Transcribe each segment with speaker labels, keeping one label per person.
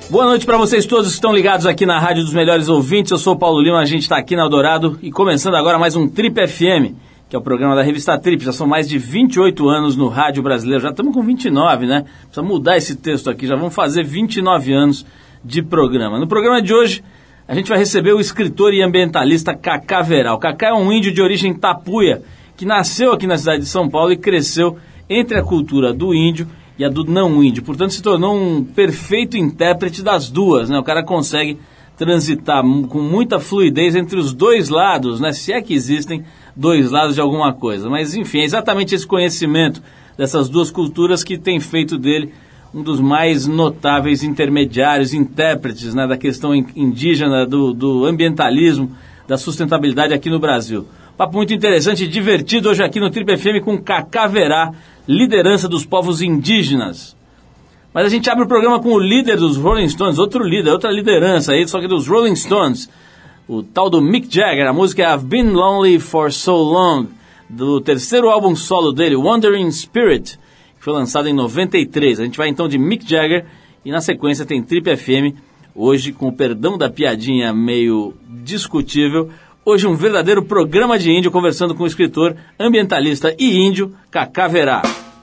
Speaker 1: Boa noite para vocês todos que estão ligados aqui na Rádio dos Melhores Ouvintes. Eu sou o Paulo Lima, a gente está aqui na Eldorado e começando agora mais um Trip FM, que é o programa da revista Trip. Já são mais de 28 anos no rádio brasileiro, já estamos com 29, né? Precisa mudar esse texto aqui, já vamos fazer 29 anos de programa. No programa de hoje, a gente vai receber o escritor e ambientalista Cacá Veral. Cacá é um índio de origem tapuia, que nasceu aqui na cidade de São Paulo e cresceu entre a cultura do índio e a do não índio, portanto se tornou um perfeito intérprete das duas, né? O cara consegue transitar com muita fluidez entre os dois lados, né? Se é que existem dois lados de alguma coisa, mas enfim, é exatamente esse conhecimento dessas duas culturas que tem feito dele um dos mais notáveis intermediários, intérpretes, né, da questão indígena, do ambientalismo, da sustentabilidade aqui no Brasil. Papo muito interessante e divertido hoje aqui no Trip FM com Cacá Veral, liderança dos povos indígenas. Mas a gente abre o programa com o líder dos Rolling Stones, outro líder, outra liderança aí, só que dos Rolling Stones, o tal do Mick Jagger. A música é I've Been Lonely for So Long, do terceiro álbum solo dele, Wandering Spirit, que foi lançado em 93. A gente vai então de Mick Jagger e na sequência tem Trip FM, hoje com o perdão da piadinha meio discutível. Hoje um verdadeiro programa de índio, conversando com o escritor, ambientalista e índio, Cacá Veral.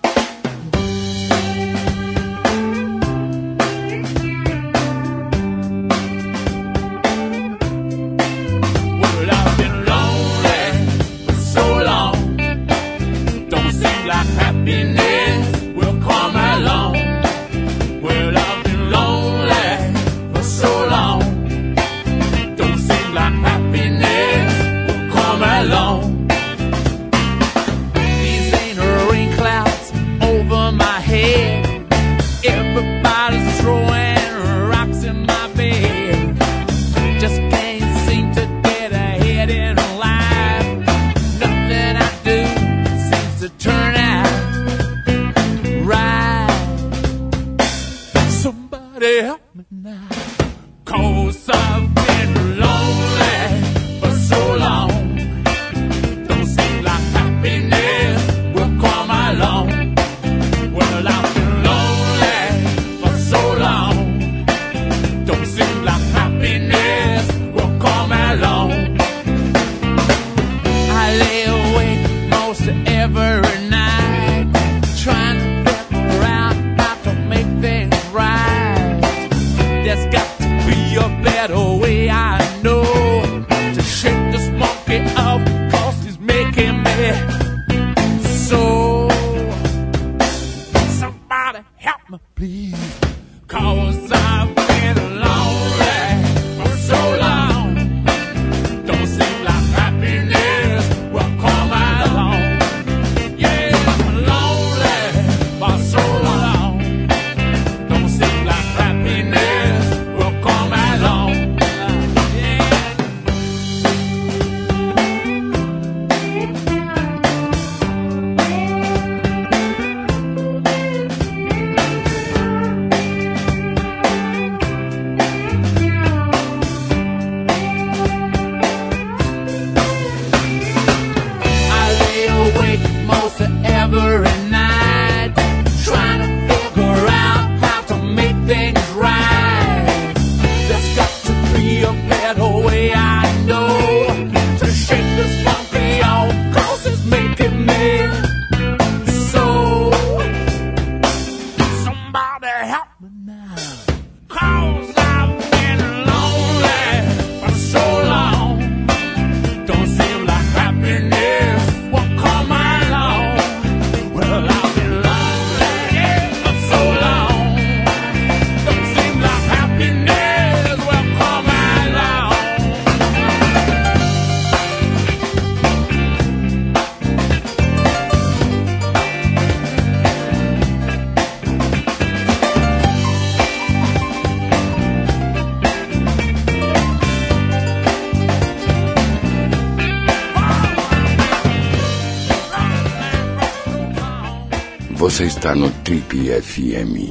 Speaker 2: Você está no Trip FM.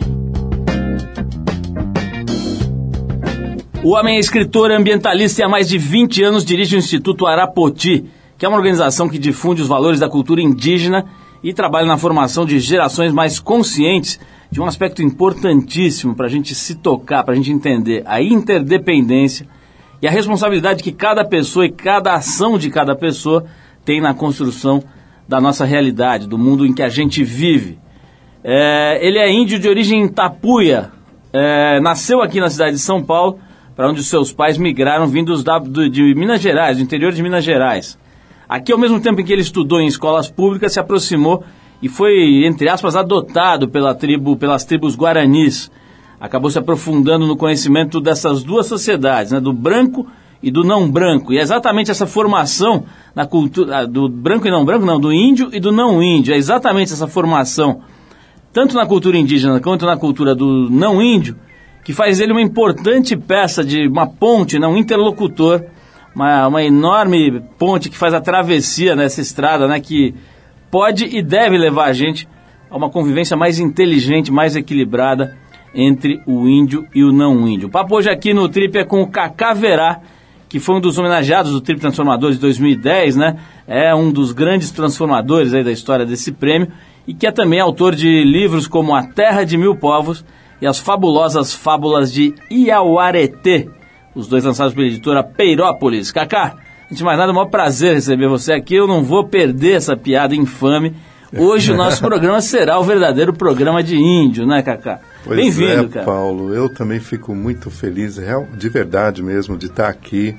Speaker 1: O homem é escritor, ambientalista e há mais de 20 anos dirige o Instituto Arapoti, que é uma organização que difunde os valores da cultura indígena e trabalha na formação de gerações mais conscientes de um aspecto importantíssimo para a gente se tocar, para a gente entender a interdependência e a responsabilidade que cada pessoa e cada ação de cada pessoa tem na construção da nossa realidade, do mundo em que a gente vive. Ele é índio de origem tapuia, nasceu aqui na cidade de São Paulo, para onde os seus pais migraram vindos de Minas Gerais, do interior de Minas Gerais. Aqui, ao mesmo tempo em que ele estudou em escolas públicas, se aproximou e foi, entre aspas, adotado pelas tribos guaranis. Acabou se aprofundando no conhecimento dessas duas sociedades, né, do branco e do não branco. E é exatamente essa formação na cultura do branco e não branco, não, do índio e do não índio. É exatamente essa formação, tanto na cultura indígena quanto na cultura do não índio, que faz ele uma importante peça de uma ponte, né, um interlocutor, uma enorme ponte que faz a travessia nessa estrada, né, que pode e deve levar a gente a uma convivência mais inteligente, mais equilibrada entre o índio e o não índio. O papo hoje aqui no Trip é com o Cacá Verá, que foi um dos homenageados do Trip Transformadores de 2010, né? É um dos grandes transformadores aí da história desse prêmio e que é também autor de livros como A Terra de Mil Povos e As Fabulosas Fábulas de Iauareté, os dois lançados pela editora Peirópolis. Cacá, antes de mais nada, é um maior prazer receber você aqui. Eu não vou perder essa piada infame. Hoje o nosso programa será o verdadeiro programa de índio, né, Cacá? Bem-vindo, cara.
Speaker 3: Paulo, eu também fico muito feliz, de verdade mesmo, de estar aqui,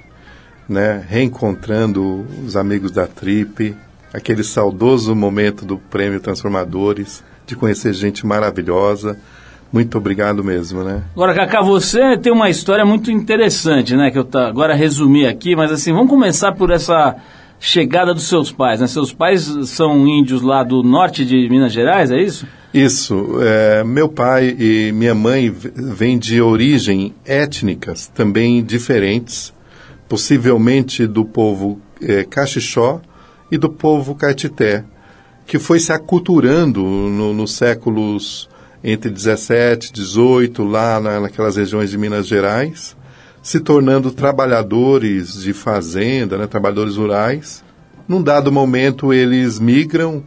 Speaker 3: né, reencontrando os amigos da Trip, aquele saudoso momento do Prêmio Transformadores, de conhecer gente maravilhosa. Muito obrigado mesmo, né?
Speaker 1: Agora, Cacá, você tem uma história muito interessante, né, que eu agora resumi aqui, mas assim, vamos começar por essa chegada dos seus pais, né? Seus pais são índios lá do norte de Minas Gerais, é isso?
Speaker 3: Isso. Meu pai e minha mãe vêm de origem étnicas também diferentes, possivelmente do povo Caxixó e do povo Caetité, que foi se aculturando nos séculos entre 17 e 18, lá naquelas regiões de Minas Gerais, se tornando trabalhadores de fazenda, né, trabalhadores rurais. Num dado momento, eles migram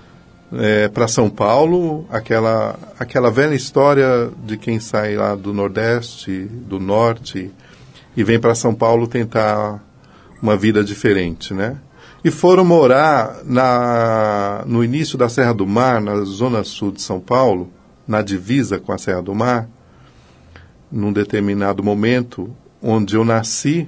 Speaker 3: para São Paulo, aquela velha história de quem sai lá do Nordeste, do Norte, e vem para São Paulo tentar uma vida diferente, né? E foram morar no início da Serra do Mar, na zona sul de São Paulo, na divisa com a Serra do Mar, num determinado momento, onde eu nasci,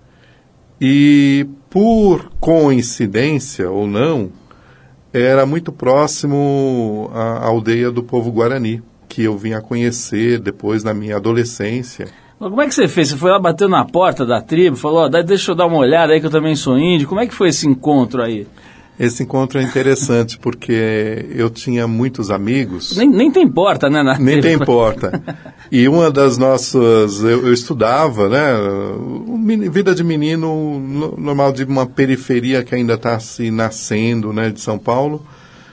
Speaker 3: e por coincidência ou não, era muito próximo à aldeia do povo Guarani, que eu vim a conhecer depois na minha adolescência.
Speaker 1: Como é que você fez? Você foi lá, bateu na porta da tribo, falou, deixa eu dar uma olhada aí que eu também sou índio. Como é que foi esse encontro aí?
Speaker 3: Esse encontro é interessante porque eu tinha muitos amigos.
Speaker 1: Nem tem porta, né?
Speaker 3: Nem tem porta. E uma das nossas... Eu estudava, né? Vida de menino normal de uma periferia que ainda está se nascendo, né? De São Paulo.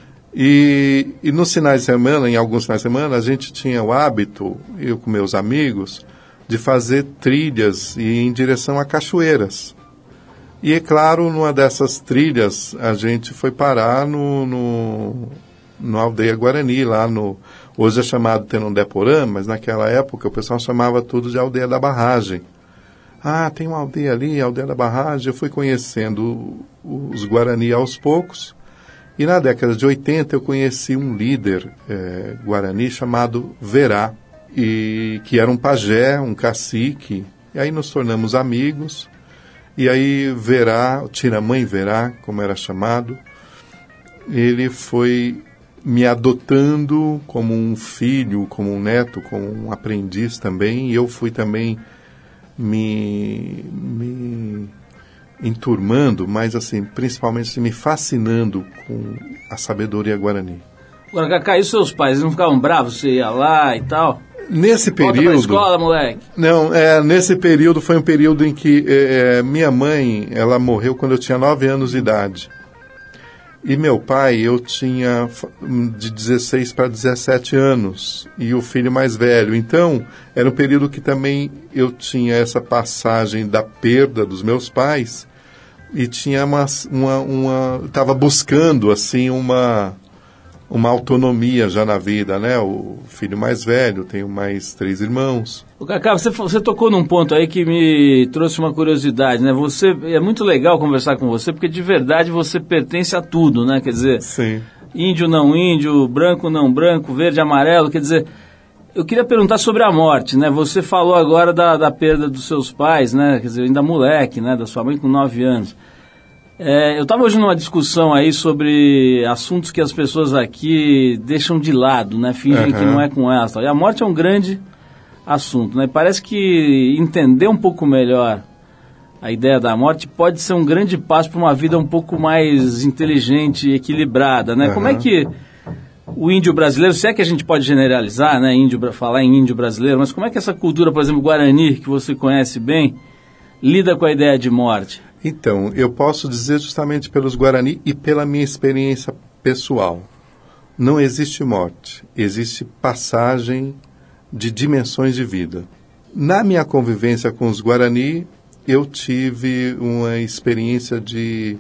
Speaker 3: E nos finais de semana, em alguns finais de semana, a gente tinha o hábito, eu com meus amigos, de fazer trilhas e ir em direção a cachoeiras. E, é claro, numa dessas trilhas, a gente foi parar no Aldeia Guarani, lá hoje é chamado Tenondeporã, mas naquela época o pessoal chamava tudo de Aldeia da Barragem. Ah, tem uma aldeia ali, a Aldeia da Barragem. Eu fui conhecendo os Guarani aos poucos. E na década de 80 eu conheci um líder Guarani chamado Verá, que era um pajé, um cacique. E aí nos tornamos amigos. E aí Verá, Tiramãe Verá, como era chamado, ele foi me adotando como um filho, como um neto, como um aprendiz também. E eu fui também me enturmando, mas assim, principalmente me fascinando com a sabedoria guarani.
Speaker 1: Agora, Cacá, e seus pais, eles não ficavam bravos? Você ia lá e tal?
Speaker 3: Nesse período...
Speaker 1: Volta pra escola, moleque.
Speaker 3: Não, nesse período foi um período em que minha mãe, ela morreu quando eu tinha 9 anos de idade. E meu pai, eu tinha de 16 para 17 anos, e o filho mais velho. Então, era um período que também eu tinha essa passagem da perda dos meus pais, e tinha estava buscando, assim, uma autonomia já na vida, né? O filho mais velho, tenho mais 3 irmãos.
Speaker 1: O Cacá, você tocou num ponto aí que me trouxe uma curiosidade, né? É muito legal conversar com você, porque de verdade você pertence a tudo, né? Quer dizer,
Speaker 3: sim.
Speaker 1: Índio, não índio, branco, não branco, verde, amarelo, quer dizer... Eu queria perguntar sobre a morte, né? Você falou agora da perda dos seus pais, né? Quer dizer, ainda moleque, né? Da sua mãe com 9 anos. Eu estava hoje numa discussão aí sobre assuntos que as pessoas aqui deixam de lado, né? Fingem que não é com elas. E a morte é um grande assunto, né? Parece que entender um pouco melhor a ideia da morte pode ser um grande passo para uma vida um pouco mais inteligente e equilibrada, né? Como é que o índio brasileiro, se é que a gente pode generalizar, né? Falar em índio brasileiro, mas como é que essa cultura, por exemplo, Guarani, que você conhece bem, lida com a ideia de morte?
Speaker 3: Então, eu posso dizer justamente pelos Guarani e pela minha experiência pessoal. Não existe morte, existe passagem de dimensões de vida. Na minha convivência com os Guarani, eu tive uma experiência de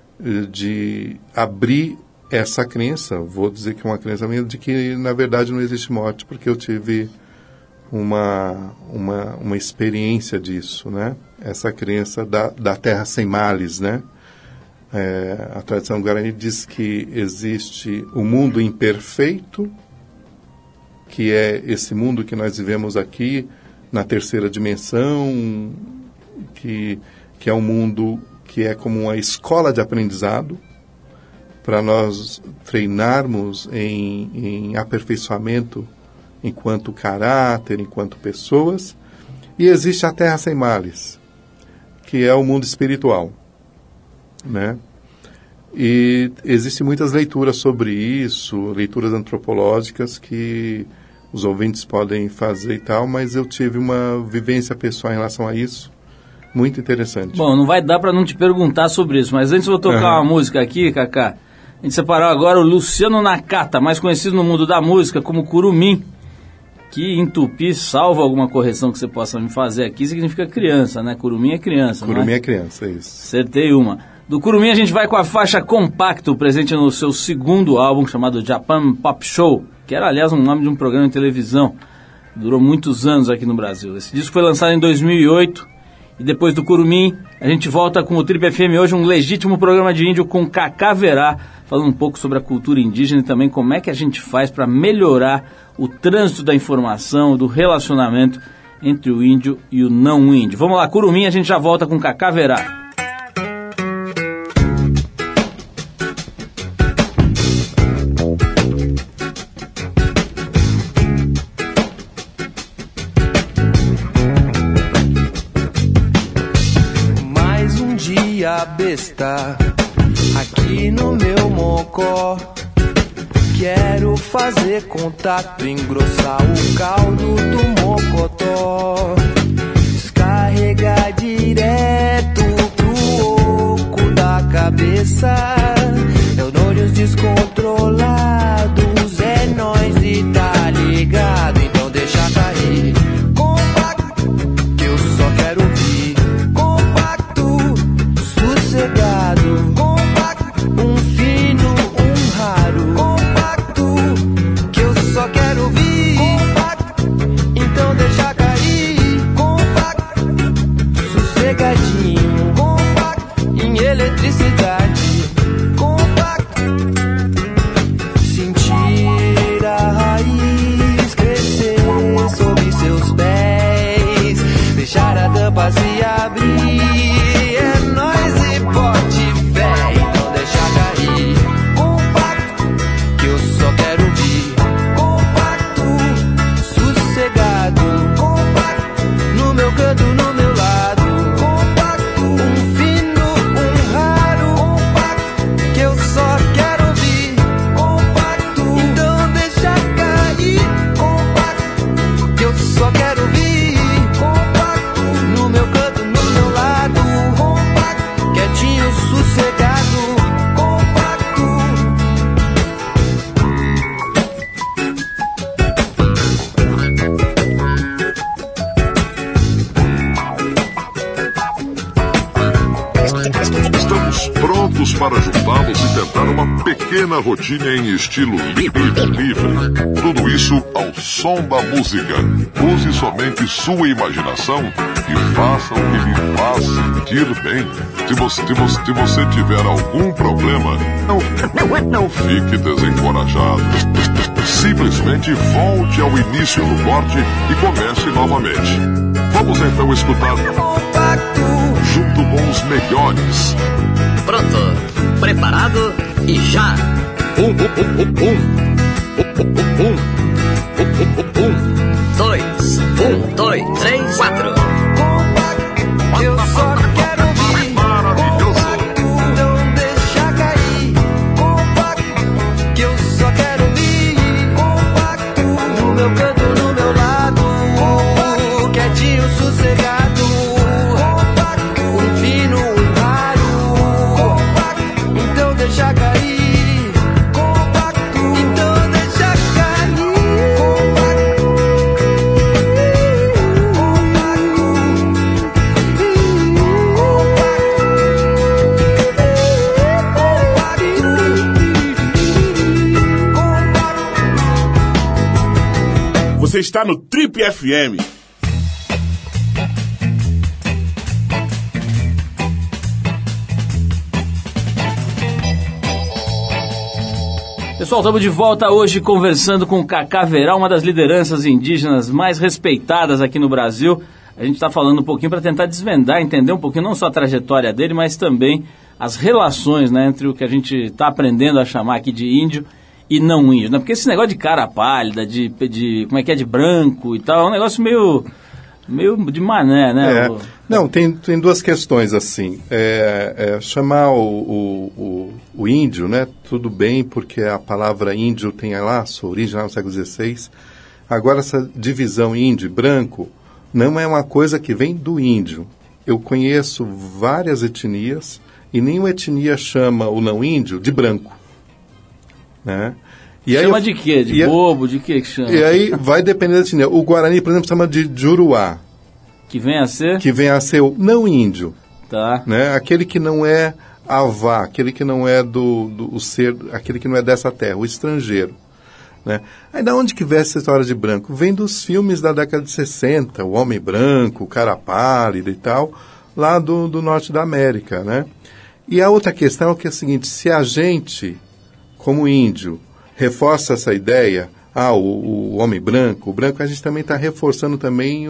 Speaker 3: abrir essa crença, vou dizer que é uma crença minha, de que na verdade não existe morte, porque eu tive uma experiência disso, né? Essa crença da terra sem males, né? A tradição Guarani diz que existe o mundo imperfeito, que é esse mundo que nós vivemos aqui, na terceira dimensão, que é um mundo que é como uma escola de aprendizado, para nós treinarmos em aperfeiçoamento enquanto caráter, enquanto pessoas. E existe a terra sem males, que é o mundo espiritual, né? E existem muitas leituras sobre isso, leituras antropológicas que os ouvintes podem fazer e tal, mas eu tive uma vivência pessoal em relação a isso, muito interessante.
Speaker 1: Bom, não vai dar para não te perguntar sobre isso, mas antes eu vou tocar uma música aqui, Cacá. A gente separou agora o Luciano Nakata, mais conhecido no mundo da música como Curumim, que em tupi, salvo alguma correção que você possa me fazer aqui, significa criança, né? Curumim é criança,
Speaker 3: Curumim
Speaker 1: não é?
Speaker 3: É criança, é isso.
Speaker 1: Acertei uma. Do Curumim a gente vai com a faixa Compacto, presente no seu segundo álbum, chamado Japan Pop Show, que era, aliás, um nome de um programa de televisão, que durou muitos anos aqui no Brasil. Esse disco foi lançado em 2008, e depois do Curumim, a gente volta com o Trip FM hoje, um legítimo programa de índio com Cacá Verá, falando um pouco sobre a cultura indígena e também como é que a gente faz para melhorar o trânsito da informação, do relacionamento entre o índio e o não índio. Vamos lá, Curumim, a gente já volta com Cacá Verá.
Speaker 4: Mais um dia besta aqui no meu mocó. Quero fazer contato, engrossar o caldo do mocotó, descarregar direto pro oco da cabeça. Neurônios descontrolados, é nóis e tá ligado. Então deixa cair, compacto, que eu só quero ouvir. Compacto, sossegado, compacto, um fino, um raro. Só quero ouvir compacto, então deixa cair. Compacto, sossegadinho. Compacto, em eletricidade. Compacto, sentir a raiz crescer sob seus pés, deixar a tampa se abrir. É nóis e bote fé, então deixa cair. Compacto, que eu só quero ouvir. Compacto, no meu canto, no meu lado. Compacto, um fino, um raro. Compacto, que eu só quero ouvir. Compacto, então deixa cair. Compacto, que eu só quero ouvir. Compacto, no meu canto, no meu lado. Compacto, quietinho, sossegado. Compacto.
Speaker 5: Estamos prontos para ajudá-los e tentar uma pequena pequena rotina em estilo livre. Tudo isso ao som da música. Use somente sua imaginação e faça o que lhe faz sentir bem. Se você tiver algum problema, não fique desencorajado. Simplesmente volte ao início do corte e comece novamente. Vamos então escutar junto com os melhores.
Speaker 6: Pronto, preparado e já. Um, dois, três, quatro.
Speaker 4: Eu só quero ouvir.
Speaker 5: Maravilhoso.
Speaker 4: Não deixa cair. Compacto, que eu só quero ouvir. Compacto, no meu canto, no meu lado. Compacto, quietinho, sossegado. Compacto, um fino, um raro. Compacto, então deixa cair. Compacto, então deixa cair.
Speaker 7: Você está no Trip FM.
Speaker 1: Pessoal, estamos de volta hoje conversando com o Cacá Veral, uma das lideranças indígenas mais respeitadas aqui no Brasil. A gente está falando um pouquinho para tentar desvendar, entender um pouquinho não só a trajetória dele, mas também as relações, né, entre o que a gente está aprendendo a chamar aqui de índio e não índio, né? Porque esse negócio de cara pálida, de como é que é, de branco e tal, é um negócio meio de mané, né?
Speaker 3: Não, tem duas questões assim. Chamar o índio, né? Tudo bem, porque a palavra índio tem lá sua origem lá no século XVI. Agora, essa divisão índio e branco não é uma coisa que vem do índio. Eu conheço várias etnias e nenhuma etnia chama o não índio de branco. Né? E
Speaker 1: chama
Speaker 3: aí,
Speaker 1: de quê? De bobo? De quê que chama?
Speaker 3: E aí vai depender da etnia. O Guarani, por exemplo, chama de Juruá.
Speaker 1: Que vem a ser?
Speaker 3: Que vem a ser o não índio.
Speaker 1: Tá.
Speaker 3: Né? Aquele que não é avá, aquele que não é do ser, aquele que não é dessa terra, o estrangeiro. Né? Aí da onde que vem essa história de branco? Vem dos filmes da década de 60, o Homem Branco, o Cara Pálida e tal, lá do norte da América. Né? E a outra questão é que é a seguinte, se a gente, como índio, reforça essa ideia, o homem branco, o branco, a gente também está reforçando também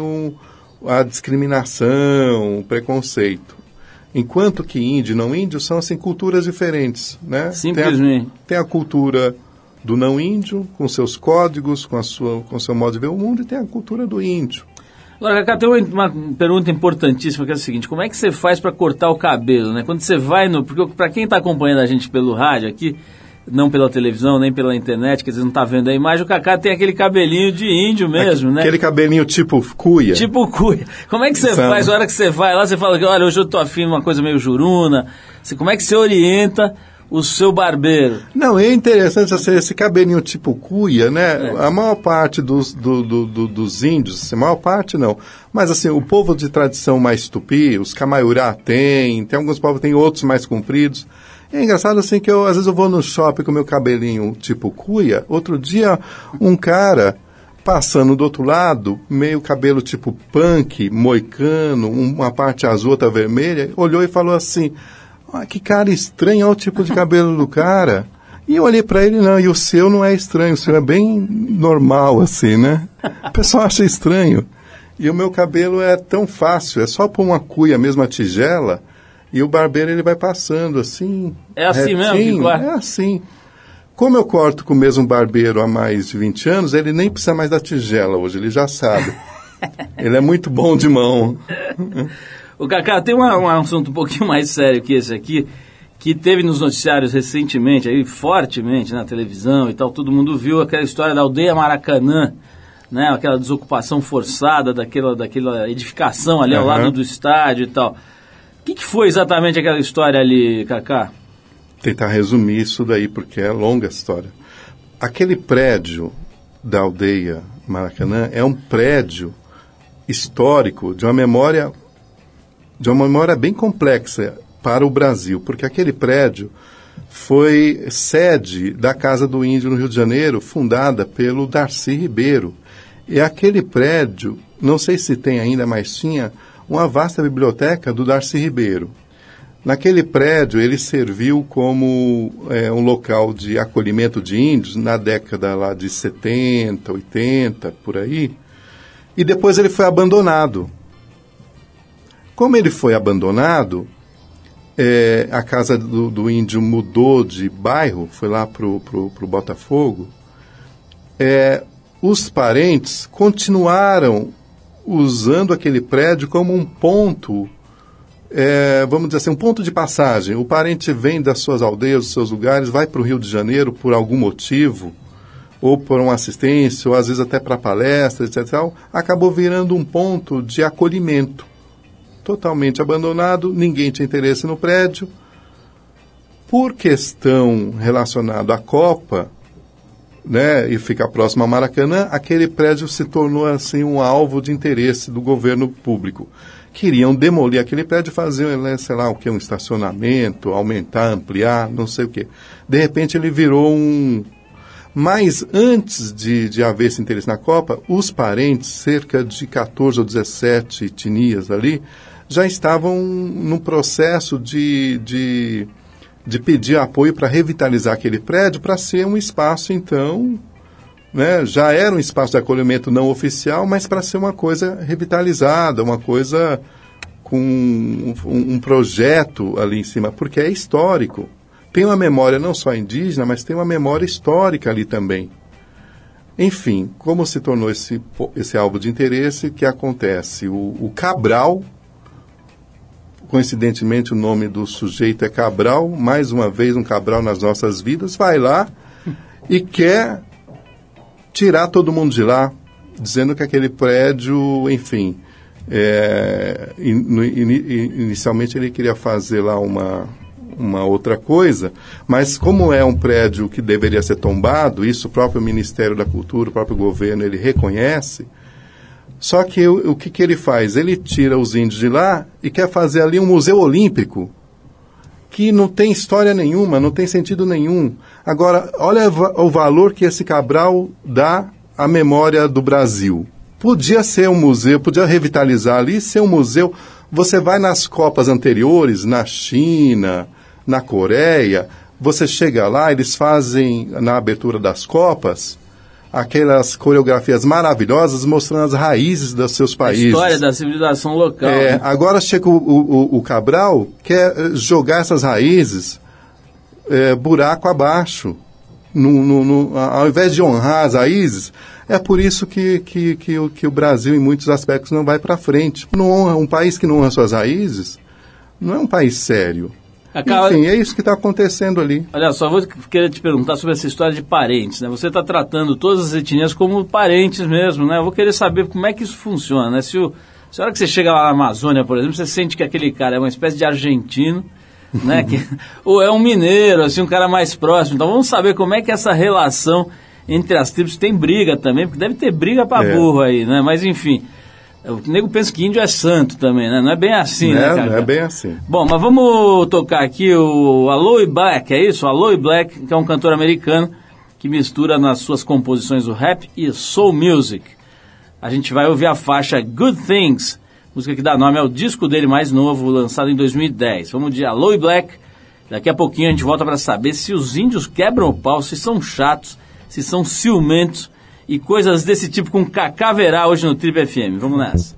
Speaker 3: a discriminação, o preconceito. Enquanto que índio e não índio são assim, culturas diferentes. Né?
Speaker 1: Simplesmente.
Speaker 3: Tem a cultura do não índio, com seus códigos, com seu modo de ver o mundo, e tem a cultura do índio.
Speaker 1: Agora, Cacá, tem uma pergunta importantíssima, que é a seguinte: como é que você faz para cortar o cabelo, né? Quando você vai porque para quem está acompanhando a gente pelo rádio aqui, não pela televisão, nem pela internet, que às vezes não está vendo a imagem, o Cacá tem aquele cabelinho de índio mesmo, né?
Speaker 3: Aquele cabelinho tipo cuia.
Speaker 1: Tipo cuia. Como é que você faz? A hora que você vai lá, você fala que, olha, hoje eu tô afim de uma coisa meio juruna. Como é que você orienta o seu barbeiro? Não,
Speaker 3: é interessante esse cabelinho tipo cuia, né? A maior parte dos índios, a maior parte não, mas assim, o povo de tradição mais tupi, os Camaiurá tem alguns povos que tem outros mais compridos. É engraçado assim que às vezes eu vou no shopping com meu cabelinho tipo cuia. Outro dia um cara passando do outro lado, meio cabelo tipo punk, moicano, uma parte azul, outra vermelha, olhou e falou assim: que cara estranho, olha o tipo de cabelo do cara. E eu olhei para ele, não, e o seu não é estranho, o seu é bem normal assim, né? O pessoal acha estranho. E o meu cabelo é tão fácil, é só pôr uma cuia, mesmo a tigela. E o barbeiro, ele vai passando assim.
Speaker 1: É assim retinho, mesmo?
Speaker 3: É assim. Como eu corto com o mesmo barbeiro há mais de 20 anos, ele nem precisa mais da tigela hoje, ele já sabe. Ele é muito bom de mão.
Speaker 1: O Cacá, tem um assunto um pouquinho mais sério que esse aqui, que teve nos noticiários recentemente, aí, fortemente na televisão e tal, todo mundo viu aquela história da aldeia Maracanã, né? Aquela desocupação forçada daquela edificação ali ao lado do estádio e tal. O que foi exatamente aquela história ali, Cacá?
Speaker 3: Tentar resumir isso daí, porque é longa a história. Aquele prédio da aldeia Maracanã é um prédio histórico de uma memória bem complexa para o Brasil, porque aquele prédio foi sede da Casa do Índio no Rio de Janeiro, fundada pelo Darcy Ribeiro. E aquele prédio, não sei se tem ainda, mas tinha uma vasta biblioteca do Darcy Ribeiro. Naquele prédio, ele serviu como um local de acolhimento de índios na década lá de 70, 80, por aí. E depois ele foi abandonado. Como ele foi abandonado, a Casa do Índio mudou de bairro, foi lá para o Botafogo. Os parentes continuaram usando aquele prédio como um ponto, vamos dizer assim, um ponto de passagem. O parente vem das suas aldeias, dos seus lugares, vai para o Rio de Janeiro por algum motivo, ou por uma assistência, ou às vezes até para palestra, etc. Acabou virando um ponto de acolhimento. Totalmente abandonado, ninguém tinha interesse no prédio. Por questão relacionada à Copa, né, e ficar próximo ao Maracanã, aquele prédio se tornou assim um alvo de interesse do governo público. Queriam demolir aquele prédio, fazer, né, sei lá, o que, um estacionamento, aumentar, ampliar, não sei o quê. De repente ele virou um... Mas antes de haver esse interesse na Copa, os parentes, cerca de 14 ou 17 etnias ali, já estavam no processo de pedir apoio para revitalizar aquele prédio, para ser um espaço, então, né, já era um espaço de acolhimento não oficial, mas para ser uma coisa revitalizada, uma coisa com um projeto ali em cima, porque é histórico. Tem uma memória não só indígena, mas tem uma memória histórica ali também. Enfim, como se tornou esse alvo de interesse, o que acontece? O Cabral, coincidentemente o nome do sujeito é Cabral, mais uma vez um Cabral nas nossas vidas, vai lá e quer tirar todo mundo de lá, dizendo que aquele prédio, enfim, inicialmente ele queria fazer lá uma outra coisa, mas como é um prédio que deveria ser tombado, isso o próprio Ministério da Cultura, o próprio governo, ele reconhece. Só que o que ele faz? Ele tira os índios de lá e quer fazer ali um museu olímpico, que não tem história nenhuma, não tem sentido nenhum. Agora, olha o valor que esse Cabral dá à memória do Brasil. Podia ser um museu, podia revitalizar ali, ser um museu. Você vai nas Copas anteriores, na China, na Coreia, você chega lá, eles fazem, na abertura das Copas, aquelas coreografias maravilhosas mostrando as raízes dos seus países. A
Speaker 1: história da civilização local. Né?
Speaker 3: Agora chega o Cabral, quer jogar essas raízes buraco abaixo. Ao invés de honrar as raízes, é por isso que o Brasil, em muitos aspectos, não vai para frente. Não honra, um país que não honra suas raízes não é um país sério. Enfim, é isso que está acontecendo ali.
Speaker 1: Olha só, vou querer te perguntar sobre essa história de parentes, né? Você está tratando todas as etnias como parentes mesmo, né? Eu vou querer saber como é que isso funciona, né? Se a hora que você chega lá na Amazônia, por exemplo, você sente que aquele cara é uma espécie de argentino, né? Ou é um mineiro, assim, um cara mais próximo. Então vamos saber como é que essa relação entre as tribos tem briga também, porque deve ter briga para burro aí, né? Mas enfim... O nego pensa que índio é santo também, né? Não é bem assim, né, cara?
Speaker 3: Não é bem assim.
Speaker 1: Bom, mas vamos tocar aqui o Aloe Black, é isso? Aloe Black, que é um cantor americano que mistura nas suas composições o rap e soul music. A gente vai ouvir a faixa Good Things, música que dá nome ao disco dele mais novo, lançado em 2010. Vamos de Aloe Black. Daqui a pouquinho a gente volta para saber se os índios quebram o pau, se são chatos, se são ciumentos, e coisas desse tipo com Cacá Verá hoje no Trip FM. Vamos nessa.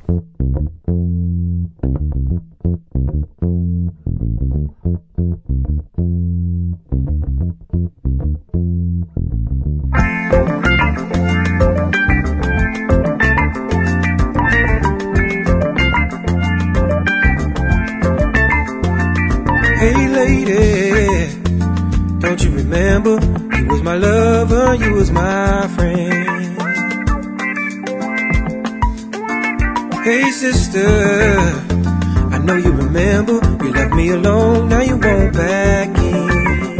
Speaker 4: Hey lady, don't you remember? You was my lover, you was my friend. Hey sister, I know you remember, you left me alone, now you won't back in.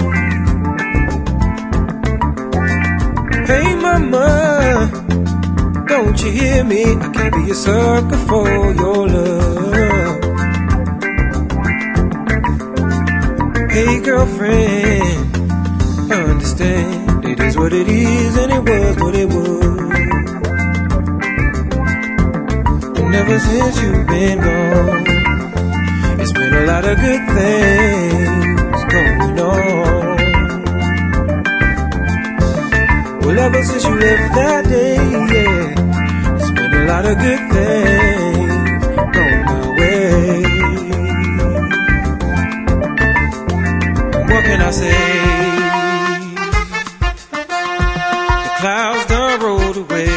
Speaker 4: Hey mama, don't you hear me, I can't be a sucker for your love. Hey girlfriend, understand it is what it is and it was what it was. And ever since you've been gone, it's been a lot of good things going on. Well, ever since you left that day, yeah, it's been a lot of good things going my way. And what can I say? The clouds done rolled away.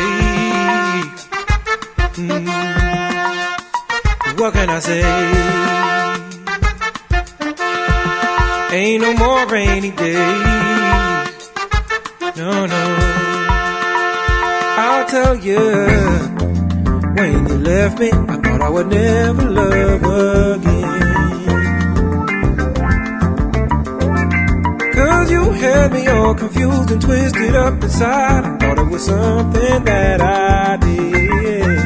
Speaker 4: What can I say? Ain't no more rainy days. No, no. I'll tell you, when you left me, I thought I would never love again. 'Cause you had me all confused and twisted up inside. I thought it was something that I did.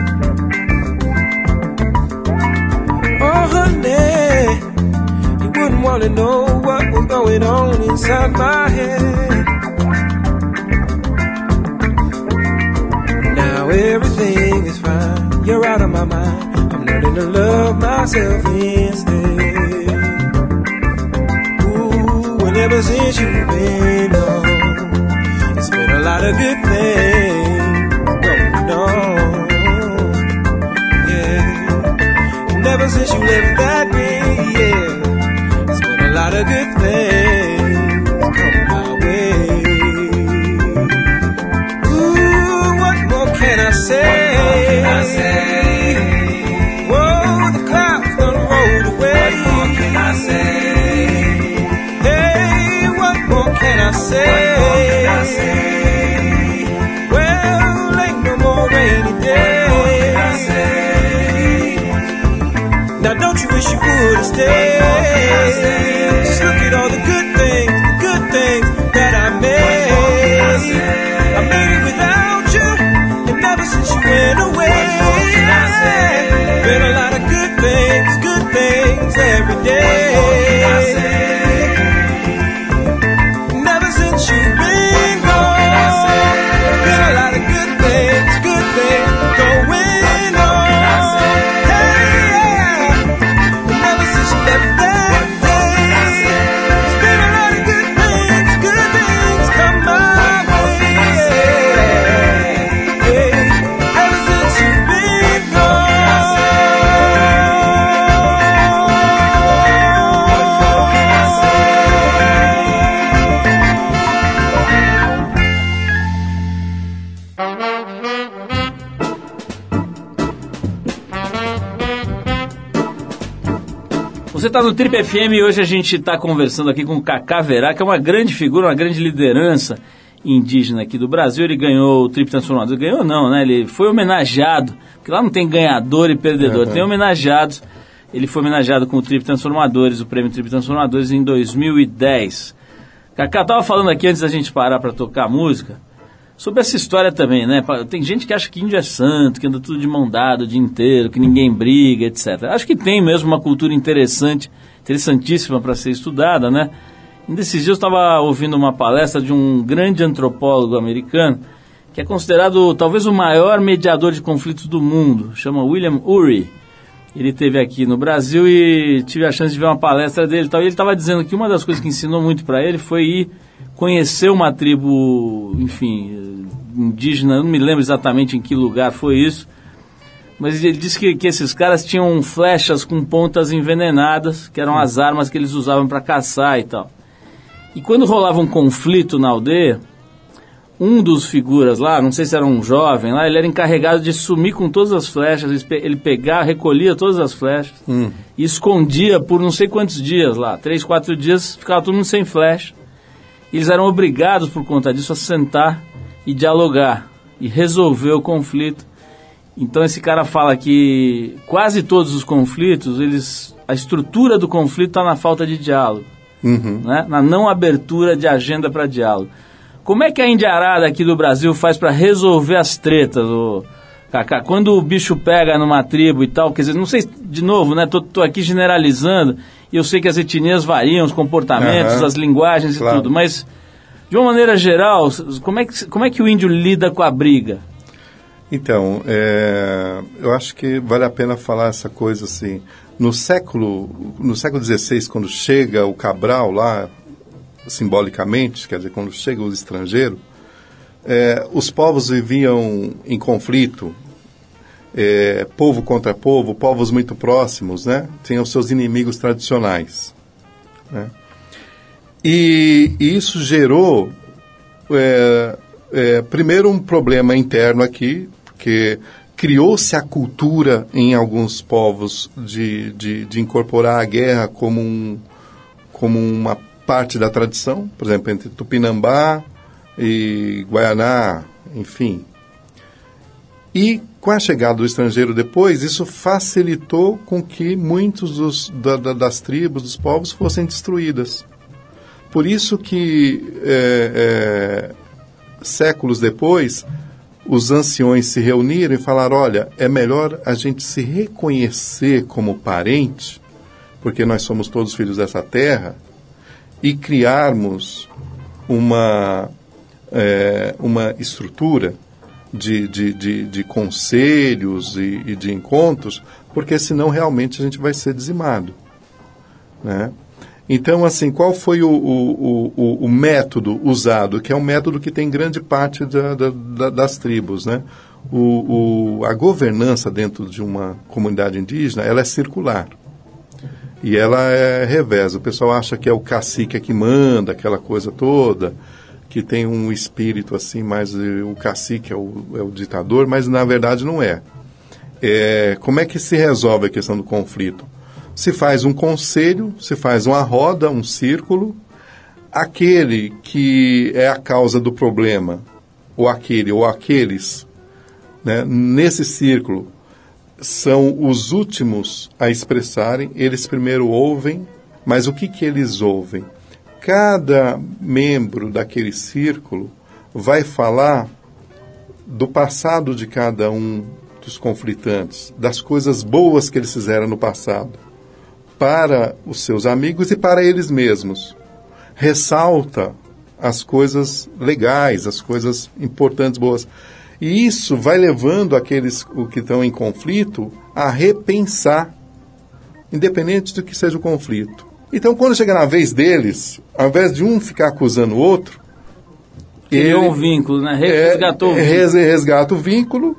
Speaker 4: Oh, honey, you wouldn't want to know what was going on inside my head. Now everything is fine, you're out of my mind. I'm learning to love myself instead. Ooh, and ever since you've been gone, it's been a lot of good things going on. Yeah, and ever since you left that way, yeah, it's been a lot of good things coming my way. Can I say? What more can I say? Whoa, the clouds done rolled away. What more can I say? Hey, what more can I say? What more can I say? Well, ain't no more rainy days. What more can I say? Now don't you wish you would've stayed? What more can I say? Just look at all the good things that I made. What more can I say? I made it without you. Ever since you went away, been a lot of good things every day. And ever since you've been gone, been a lot of good things going on. Hey, yeah. And ever since you left that day, it's been a lot of good things come my way.
Speaker 1: Você está no Trip FM e hoje a gente está conversando aqui com o Cacá Verá, que é uma grande figura, uma grande liderança indígena aqui do Brasil. Ele ganhou o Trip Transformador. Ganhou não, né? Ele foi homenageado, porque lá não tem ganhador e perdedor, tem homenageados. Ele foi homenageado com o Trip Transformadores, o prêmio Trip Transformadores em 2010. Cacá, estava falando aqui antes da gente parar para tocar música, sobre essa história também, né? Tem gente que acha que índio é santo, que anda tudo de mão dada o dia inteiro, que ninguém briga, etc. Acho que tem mesmo uma cultura interessantíssima para ser estudada, né? Nesses dias eu estava ouvindo uma palestra de um grande antropólogo americano, que é considerado talvez o maior mediador de conflitos do mundo, chama William Ury. Ele esteve aqui no Brasil e tive a chance de ver uma palestra dele e tal. E ele estava dizendo que uma das coisas que ensinou muito para ele foi ir conhecer uma tribo, enfim, indígena, eu não me lembro exatamente em que lugar foi isso, mas ele disse que esses caras tinham flechas com pontas envenenadas, que eram as armas que eles usavam para caçar e tal. E quando rolava um conflito na aldeia, um dos figuras lá, não sei se era um jovem lá, ele era encarregado de sumir com todas as flechas, ele pegava, recolhia todas as flechas e escondia por não sei quantos dias lá, 3, 4 dias, ficava todo mundo sem flecha. Eles eram obrigados, por conta disso, a sentar e dialogar e resolver o conflito. Então esse cara fala que quase todos os conflitos, a estrutura do conflito está na falta de diálogo, né? Na não abertura de agenda para diálogo. Como é que a indiarada aqui do Brasil faz para resolver as tretas, Cacá? Quando o bicho pega numa tribo e tal, quer dizer, não sei, de novo, né? Tô aqui generalizando E eu sei que as etnias variam, os comportamentos, as linguagens e
Speaker 3: claro.
Speaker 1: tudo, mas de uma maneira geral, como é que o índio lida com a briga?
Speaker 3: Então, eu acho que vale a pena falar essa coisa assim. No século XVI, quando chega o Cabral lá, simbolicamente, quer dizer, quando chega o estrangeiro, os povos viviam em conflito, povo contra povo, povos muito próximos, né? Tinham seus inimigos tradicionais, né? E isso gerou, primeiro, um problema interno aqui, porque criou-se a cultura em alguns povos de incorporar a guerra como uma parte da tradição, por exemplo, entre Tupinambá e Guaianá, enfim. E com a chegada do estrangeiro depois, isso facilitou com que muitos das tribos, dos povos, fossem destruídas. Por isso que, séculos depois, os anciões se reuniram e falaram, olha, é melhor a gente se reconhecer como parente, porque nós somos todos filhos dessa terra, e criarmos uma estrutura de conselhos e de encontros, porque senão realmente a gente vai ser dizimado, né? Então, assim, qual foi o método usado? Que é um método que tem grande parte das tribos, né? A governança dentro de uma comunidade indígena, ela é circular. E ela é revés. O pessoal acha que é o cacique que manda, aquela coisa toda, que tem um espírito assim, mas o cacique é o ditador, mas na verdade não é. Como é que se resolve a questão do conflito? Se faz um conselho, se faz uma roda, um círculo. Aquele que é a causa do problema, ou aquele ou aqueles, né, nesse círculo, são os últimos a expressarem. Eles primeiro ouvem, mas o que eles ouvem? Cada membro daquele círculo vai falar do passado de cada um dos conflitantes, das coisas boas que eles fizeram no passado, para os seus amigos e para eles mesmos. Ressalta as coisas legais, as coisas importantes, boas. E isso vai levando aqueles que estão em conflito a repensar, independente do que seja o conflito. Então, quando chega na vez deles, ao invés de um ficar acusando o outro,
Speaker 1: criou um vínculo, né?
Speaker 3: Resgata o vínculo.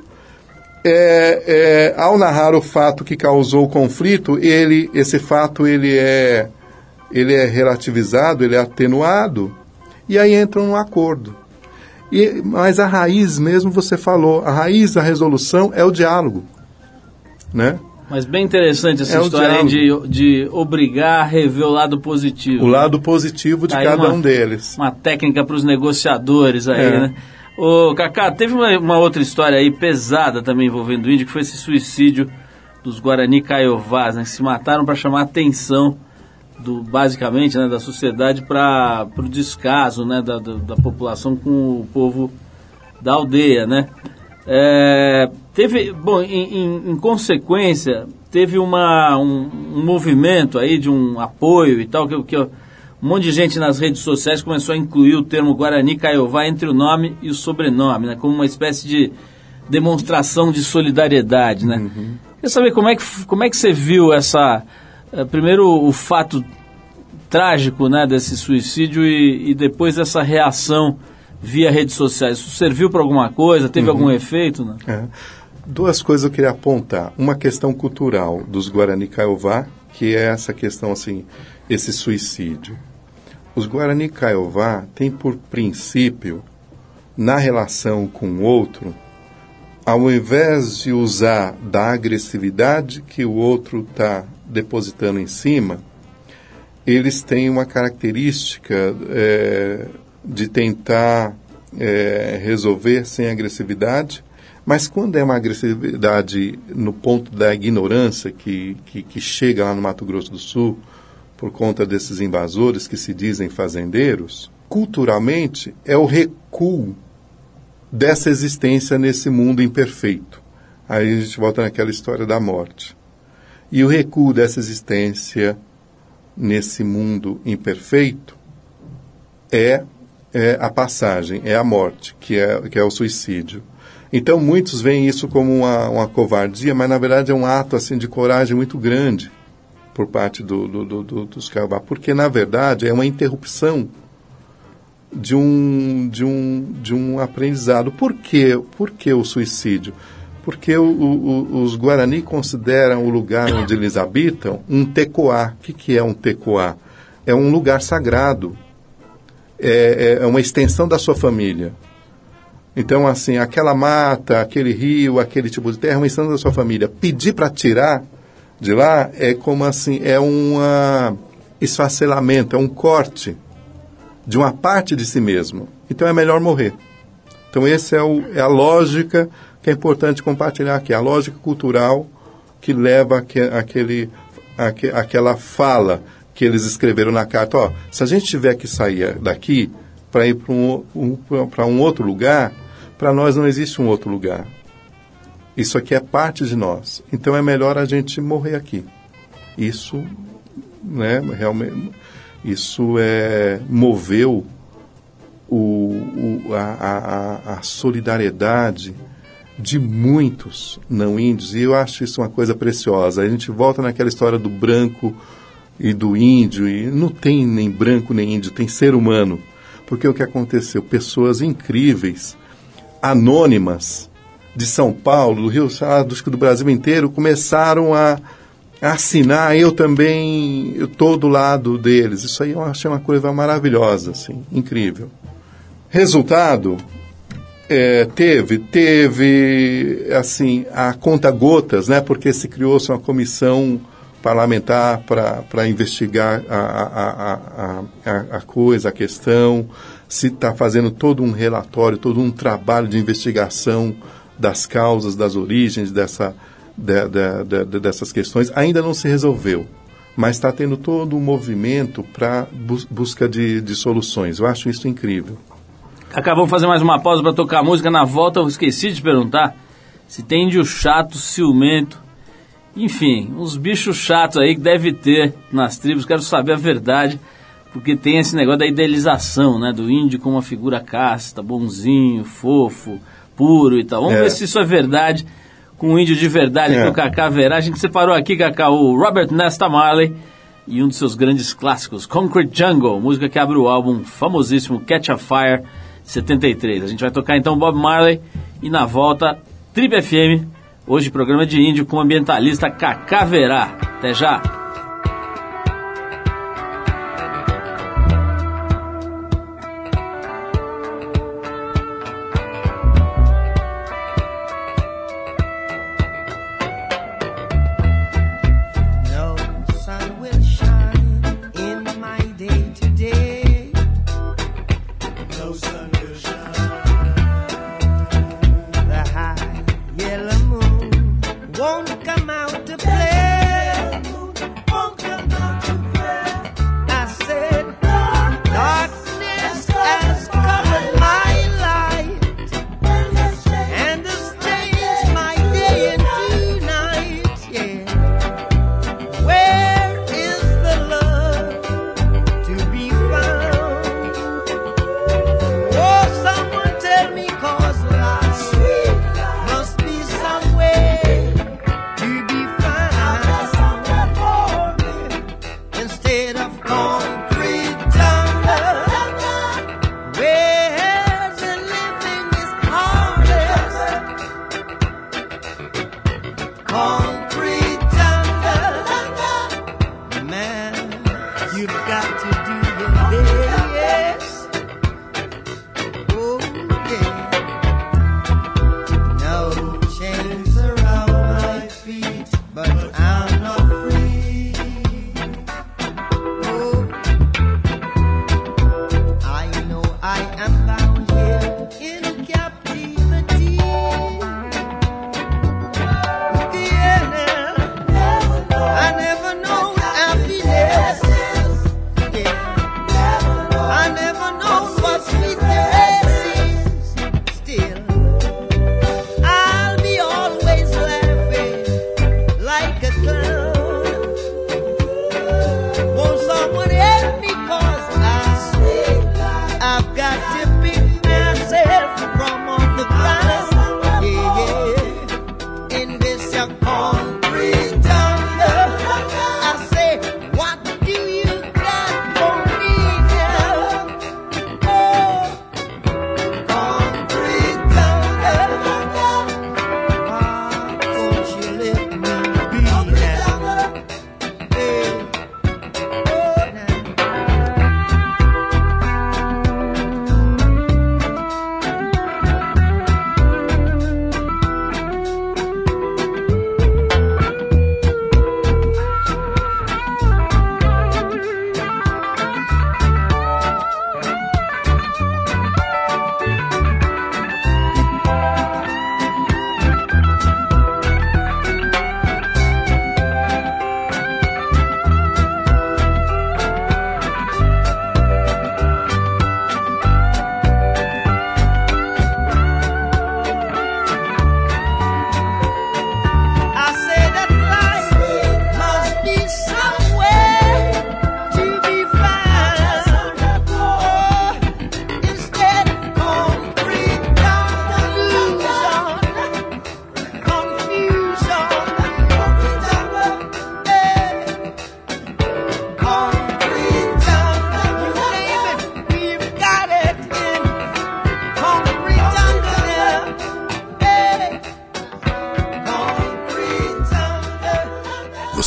Speaker 3: Ao narrar o fato que causou o conflito, esse fato ele é relativizado, ele é atenuado, e aí entra um acordo. Mas a raiz mesmo, você falou, a raiz da resolução é o diálogo, né?
Speaker 1: Mas bem interessante essa história de obrigar a rever o lado positivo.
Speaker 3: O lado positivo de cada um deles.
Speaker 1: Uma técnica para os negociadores aí, né? Ô, Cacá, teve uma outra história aí pesada também envolvendo o índio, que foi esse suicídio dos Guarani Kaiowás, né, que se mataram para chamar a atenção, basicamente, né, da sociedade para o descaso, né, da população com o povo da aldeia, né? Em consequência, teve um movimento aí de um apoio e tal, que um monte de gente nas redes sociais começou a incluir o termo Guarani Kaiowá entre o nome e o sobrenome, né, como uma espécie de demonstração de solidariedade, né?
Speaker 3: Uhum.
Speaker 1: Quer saber como é que você viu primeiro o fato trágico, né, desse suicídio e depois essa reação via redes sociais? Isso serviu para alguma coisa? Teve algum efeito? Né?
Speaker 3: Duas coisas eu queria apontar. Uma questão cultural dos Guarani Kaiowá, que é essa questão, assim, esse suicídio. Os Guarani Kaiowá têm por princípio, na relação com o outro, ao invés de usar da agressividade que o outro está depositando em cima, eles têm uma característica de tentar resolver sem agressividade, mas quando é uma agressividade no ponto da ignorância que chega lá no Mato Grosso do Sul, por conta desses invasores que se dizem fazendeiros, culturalmente é o recuo dessa existência nesse mundo imperfeito. Aí a gente volta naquela história da morte. E o recuo dessa existência nesse mundo imperfeito é a passagem, é a morte, que é o suicídio. Então, muitos veem isso como uma covardia, mas, na verdade, é um ato assim, de coragem muito grande por parte dos Kaiowá, porque, na verdade, é uma interrupção de um aprendizado. Por que o suicídio? Porque os Guarani consideram o lugar onde eles habitam um tecoá. O que é um tecoá? É um lugar sagrado, é uma extensão da sua família. Então, assim, aquela mata, aquele rio, aquele tipo de terra é uma extensão da sua família. Pedir para tirar de lá é como assim, é um esfacelamento, é um corte de uma parte de si mesmo. Então é melhor morrer. Então essa é a lógica que é importante compartilhar aqui, a lógica cultural que leva aquela fala que eles escreveram na carta. Ó, se a gente tiver que sair daqui para ir para um outro lugar, para nós não existe um outro lugar. Isso aqui é parte de nós. Então é melhor a gente morrer aqui. Isso, né, realmente, isso moveu a solidariedade de muitos não índios, e eu acho isso uma coisa preciosa. A gente volta naquela história do branco e do índio, e não tem nem branco nem índio, tem ser humano. Porque o que aconteceu? Pessoas incríveis, anônimas, de São Paulo, do Rio, do Brasil inteiro, começaram a assinar. Eu também, eu estou do lado deles. Isso aí eu achei uma coisa maravilhosa, assim, incrível. Resultado, teve assim, a conta-gotas, né, porque se criou-se uma comissão parlamentar para investigar a coisa, a questão, se está fazendo todo um relatório, todo um trabalho de investigação das causas, das origens dessas questões. Ainda não se resolveu, mas está tendo todo um movimento para busca de soluções. Eu acho isso incrível.
Speaker 1: Cacá, vamos fazer mais uma pausa para tocar música. Na volta eu esqueci de te perguntar se tem índio chato, ciumento, enfim, uns bichos chatos aí que deve ter nas tribos. Quero saber a verdade, porque tem esse negócio da idealização, né, do índio como uma figura casta, bonzinho, fofo, puro e tal. Vamos ver se isso é verdade com o índio de verdade que o Cacá verá. A gente separou aqui, Cacá, o Robert Nesta Marley e um dos seus grandes clássicos, Concrete Jungle, música que abre o álbum famosíssimo Catch a Fire, 73. A gente vai tocar então Bob Marley e na volta Trip FM, hoje programa de índio com o ambientalista Cacá Verá. Até já!
Speaker 4: The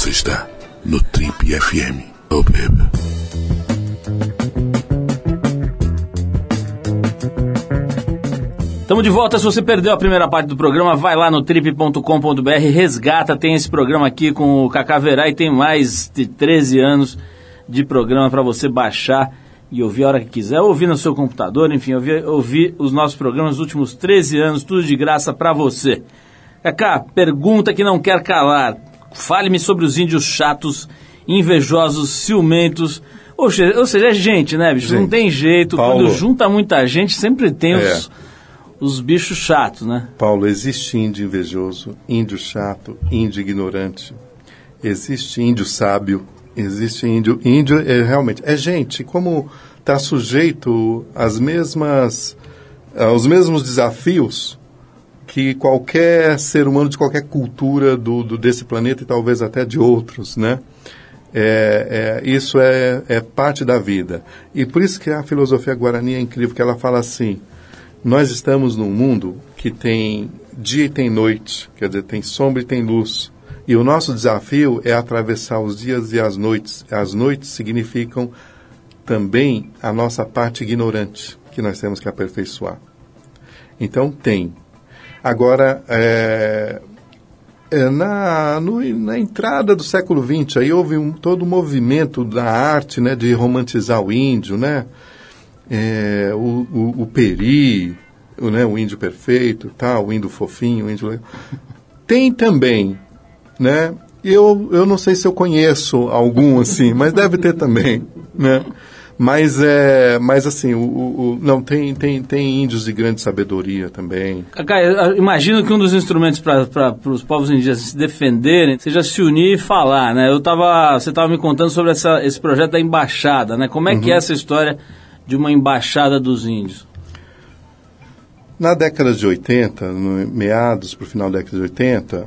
Speaker 2: Você está no Trip FM. Oh, baby.
Speaker 1: Estamos de volta. Se você perdeu a primeira parte do programa, vai lá no trip.com.br, resgata, tem esse programa aqui com o Cacá Verá e tem mais de 13 anos de programa para você baixar e ouvir a hora que quiser, ouvir no seu computador, enfim, ouvir os nossos programas dos últimos 13 anos, tudo de graça para você. Cacá, pergunta que não quer calar. Fale-me sobre os índios chatos, invejosos, ciumentos. Ou seja, é gente, né, bicho? Gente, não tem jeito. Paulo, quando junta muita gente, sempre tem os bichos chatos, né?
Speaker 3: Paulo, existe índio invejoso, índio chato, índio ignorante. Existe índio sábio, existe índio... Índio realmente é gente, como está sujeito aos mesmos desafios que qualquer ser humano de qualquer cultura desse planeta e talvez até de outros, né? Isso é parte da vida. E por isso que a filosofia guarani é incrível, que ela fala assim: nós estamos num mundo que tem dia e tem noite, quer dizer, tem sombra e tem luz. E o nosso desafio é atravessar os dias e as noites. As noites significam também a nossa parte ignorante, que nós temos que aperfeiçoar. Então, tem. Agora, na entrada do século XX, aí houve todo um movimento da arte, né, de romantizar o índio, né? O peri, né, o índio perfeito, tal, o índio fofinho, o índio legal. Tem também, né? Eu não sei se eu conheço algum assim, mas deve ter também, né? Mas assim, não, tem índios de grande sabedoria também.
Speaker 1: Cacá, eu imagino que um dos instrumentos para os povos indígenas se defenderem seja se unir e falar, né? Você estava me contando sobre esse projeto da embaixada, né? Como é que é essa história de uma embaixada dos índios?
Speaker 3: Na década de 80, meados para o final da década de 80,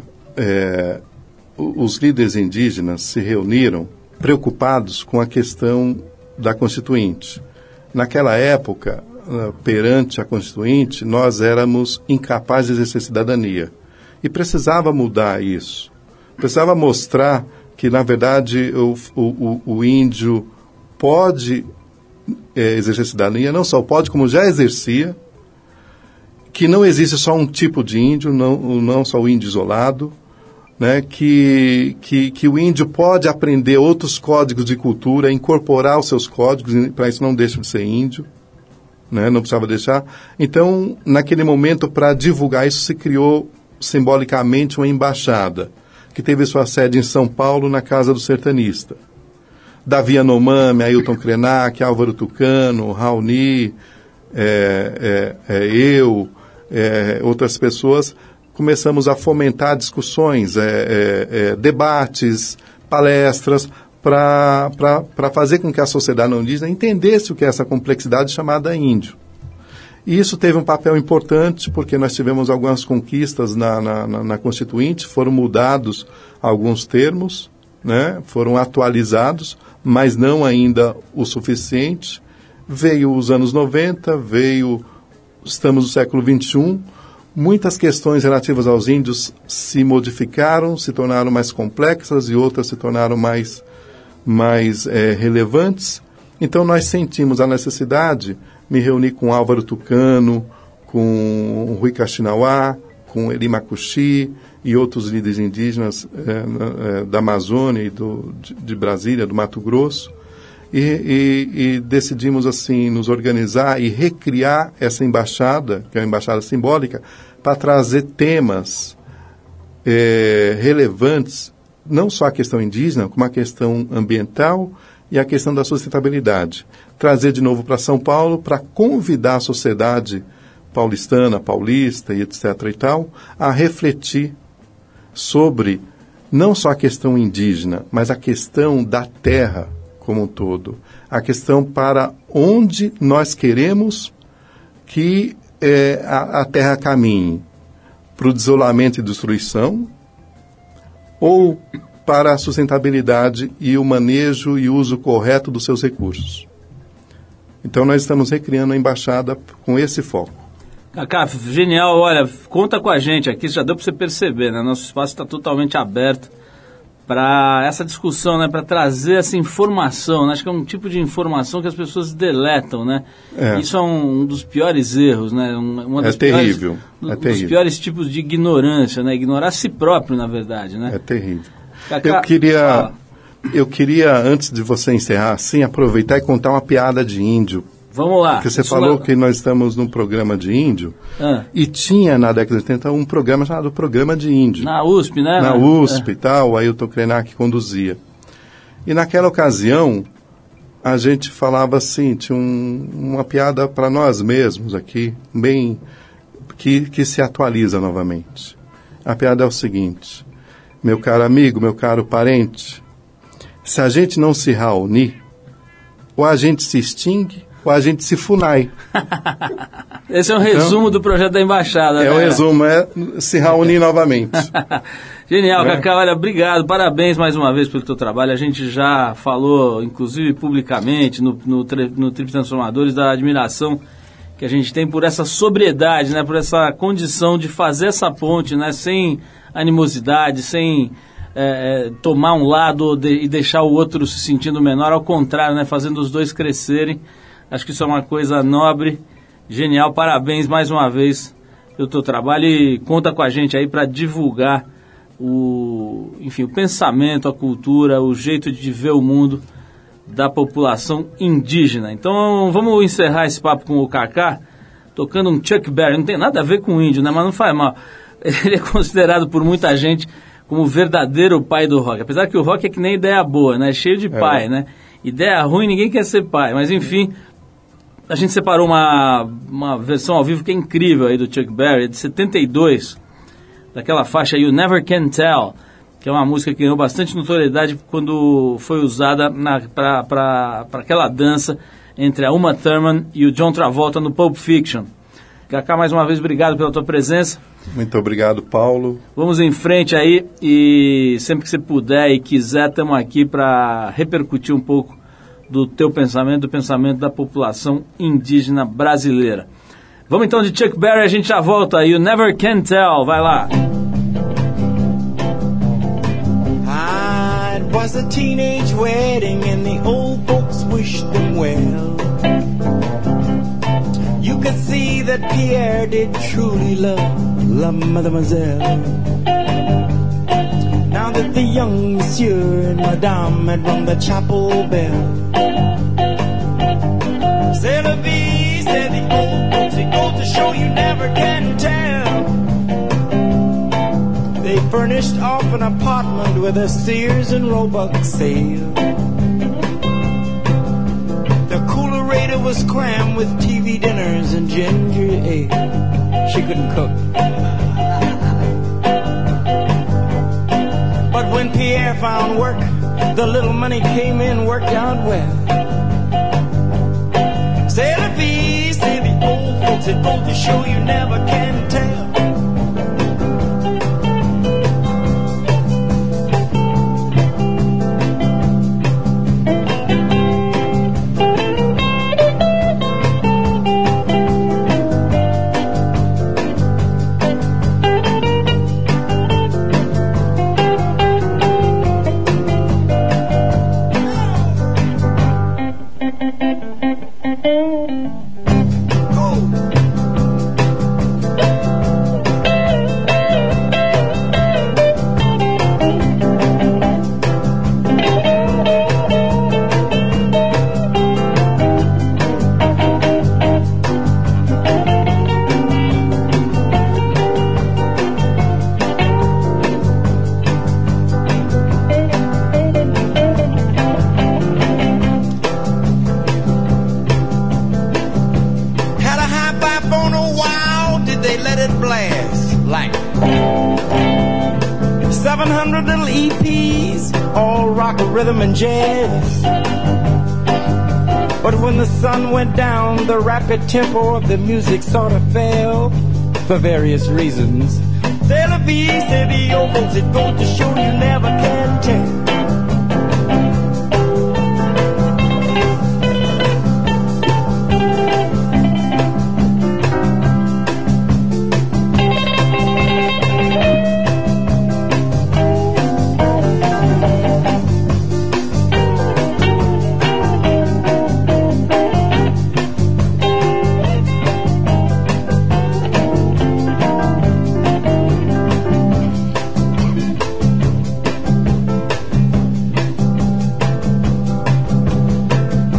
Speaker 3: os líderes indígenas se reuniram preocupados com a questão da Constituinte. Naquela época, perante a Constituinte, nós éramos incapazes de exercer cidadania. E precisava mudar isso. Precisava mostrar que, na verdade, o índio pode exercer cidadania, não só pode, como já exercia, que não existe só um tipo de índio, não só o índio isolado, né, que o índio pode aprender outros códigos de cultura, incorporar os seus códigos, para isso não deixa de ser índio, né, não precisava deixar. Então, naquele momento, para divulgar isso, se criou simbolicamente uma embaixada, que teve sua sede em São Paulo, na Casa do Sertanista. Davi Yanomami, Ailton Krenak, Álvaro Tucano, Raoni, outras pessoas, começamos a fomentar discussões, debates, palestras, para fazer com que a sociedade não indígena entendesse o que é essa complexidade chamada índio. E isso teve um papel importante, porque nós tivemos algumas conquistas na Constituinte, foram mudados alguns termos, né, foram atualizados, mas não ainda o suficiente. Veio os anos 90, estamos no século XXI, muitas questões relativas aos índios se modificaram, se tornaram mais complexas e outras se tornaram mais relevantes. Então nós sentimos a necessidade, me reuni com Álvaro Tucano, com Rui Kaxinawá, com Eli Makuxi e outros líderes indígenas da Amazônia e de Brasília, do Mato Grosso, e decidimos assim nos organizar e recriar essa embaixada, que é uma embaixada simbólica, para trazer temas relevantes, não só a questão indígena, como a questão ambiental e a questão da sustentabilidade. Trazer de novo para São Paulo, para convidar a sociedade paulistana, paulista e etc. e tal, a refletir sobre não só a questão indígena, mas a questão da terra como um todo. A questão para onde nós queremos que a terra caminhe, para o desolamento e destruição, ou para a sustentabilidade e o manejo e uso correto dos seus recursos. Então nós estamos recriando a embaixada com esse foco.
Speaker 1: Cacá, genial. Olha, conta com a gente aqui, já deu para você perceber, né? Nosso espaço está totalmente aberto para essa discussão, né, para trazer essa informação, né? Acho que é um tipo de informação que as pessoas deletam, né? Isso é um dos piores erros, né? Uma das
Speaker 3: terrível.
Speaker 1: Piores, dos piores tipos de ignorância, né? Ignorar a si próprio, na verdade, né?
Speaker 3: É terrível.
Speaker 1: Cacá,
Speaker 3: eu queria, antes de você encerrar, assim, aproveitar e contar uma piada de índio.
Speaker 1: Vamos lá.
Speaker 3: Porque você falou que nós estamos num programa de índio, e tinha na década de 80 um programa chamado Programa de Índio.
Speaker 1: Na USP, né?
Speaker 3: Na USP e tal, o Ailton Krenak conduzia. E naquela ocasião, a gente falava assim, tinha uma piada para nós mesmos aqui, bem, que se atualiza novamente. A piada é o seguinte: meu caro amigo, meu caro parente, se a gente não se reunir, ou a gente se extingue, ou a gente se funai.
Speaker 1: Esse é um resumo do projeto da Embaixada.
Speaker 3: É, né? O resumo é se reunir novamente.
Speaker 1: Genial, Cacá. Olha, obrigado, parabéns mais uma vez pelo teu trabalho. A gente já falou, inclusive publicamente, no Trip Transformadores, da admiração que a gente tem por essa sobriedade, né? Por essa condição de fazer essa ponte, né? Sem animosidade, sem tomar um lado e deixar o outro se sentindo menor, ao contrário, né? Fazendo os dois crescerem. Acho que isso é uma coisa nobre, genial. Parabéns mais uma vez pelo teu trabalho e conta com a gente aí para divulgar o pensamento, a cultura, o jeito de ver o mundo da população indígena. Então vamos encerrar esse papo com o Cacá tocando um Chuck Berry. Não tem nada a ver com índio, né? Mas não faz mal. Ele é considerado por muita gente como o verdadeiro pai do rock. Apesar que o rock é que nem ideia boa, né? Cheio de pai, né? Ideia ruim, ninguém quer ser pai. Mas enfim, a gente separou uma versão ao vivo que é incrível aí do Chuck Berry, de 72, daquela faixa You Never Can Tell, que é uma música que ganhou bastante notoriedade quando foi usada para aquela dança entre a Uma Thurman e o John Travolta no Pulp Fiction. Cacá, mais uma vez, obrigado pela tua presença.
Speaker 3: Muito obrigado, Paulo.
Speaker 1: Vamos em frente aí e sempre que você puder e quiser, estamos aqui para repercutir um pouco do teu pensamento, do pensamento da população indígena brasileira. Vamos então de Chuck Berry, a gente já volta. You Never Can Tell, vai lá.
Speaker 8: It was a teenage wedding and the old folks wished them well. You could see that Pierre did truly love La Mademoiselle. Now that the young monsieur and madame had rung the chapel bell, c'est la vie, said the old folks, it goes to show you never can tell. They furnished off an apartment with a Sears and Roebuck sale. The coolerator was crammed with TV dinners and ginger ale. She couldn't cook. But when Pierre found work, the little money came in, worked out well. C'est la vie, say the old folks, it goes to show you never can tell. Rhythm and jazz. But when the sun went down, the rapid tempo of the music sort of fell for various reasons. C'est la vie, c'est the old folks, it goes to show you never can tell.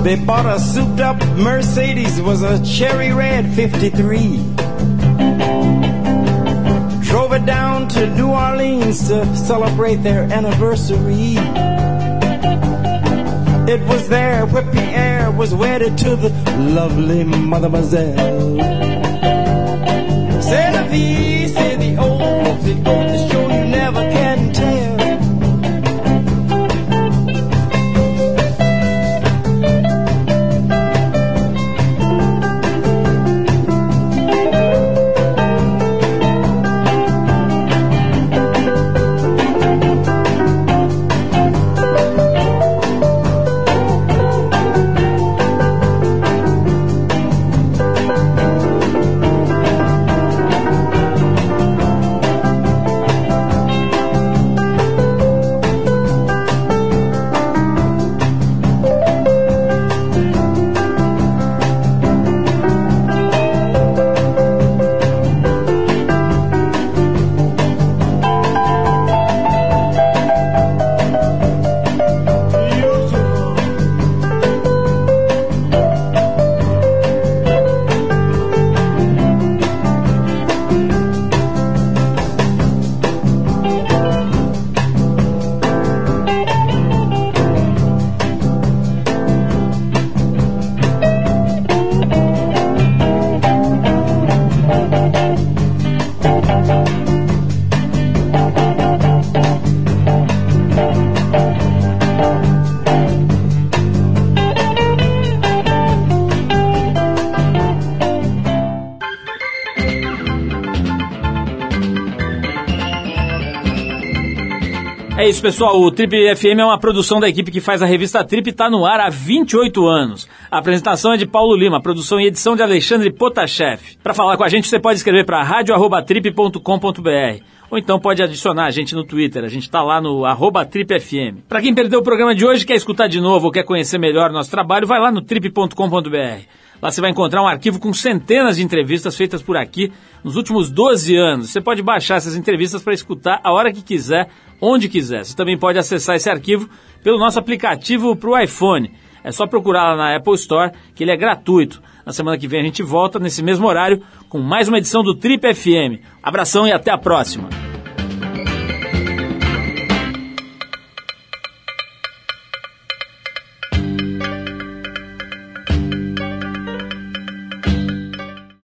Speaker 8: They bought a souped-up Mercedes, was a cherry red 53. Drove it down to New Orleans to celebrate their anniversary. It was there where Pierre was wedded to the lovely Mademoiselle. C'est la vie, say the old folks, it goes to show you never can tell.
Speaker 1: É isso, pessoal. O Trip FM é uma produção da equipe que faz a revista Trip e está no ar há 28 anos. A apresentação é de Paulo Lima, produção e edição de Alexandre Potashev. Para falar com a gente, você pode escrever para radio@trip.com.br. Ou então pode adicionar a gente no Twitter, a gente está lá no @TripFM. Para quem perdeu o programa de hoje, quer escutar de novo ou quer conhecer melhor o nosso trabalho, vai lá no trip.com.br. Lá você vai encontrar um arquivo com centenas de entrevistas feitas por aqui nos últimos 12 anos. Você pode baixar essas entrevistas para escutar a hora que quiser, onde quiser. Você também pode acessar esse arquivo pelo nosso aplicativo para o iPhone. É só procurar lá na Apple Store, que ele é gratuito. Na semana que vem a gente volta, nesse mesmo horário, com mais uma edição do Trip FM. Abração e até a próxima.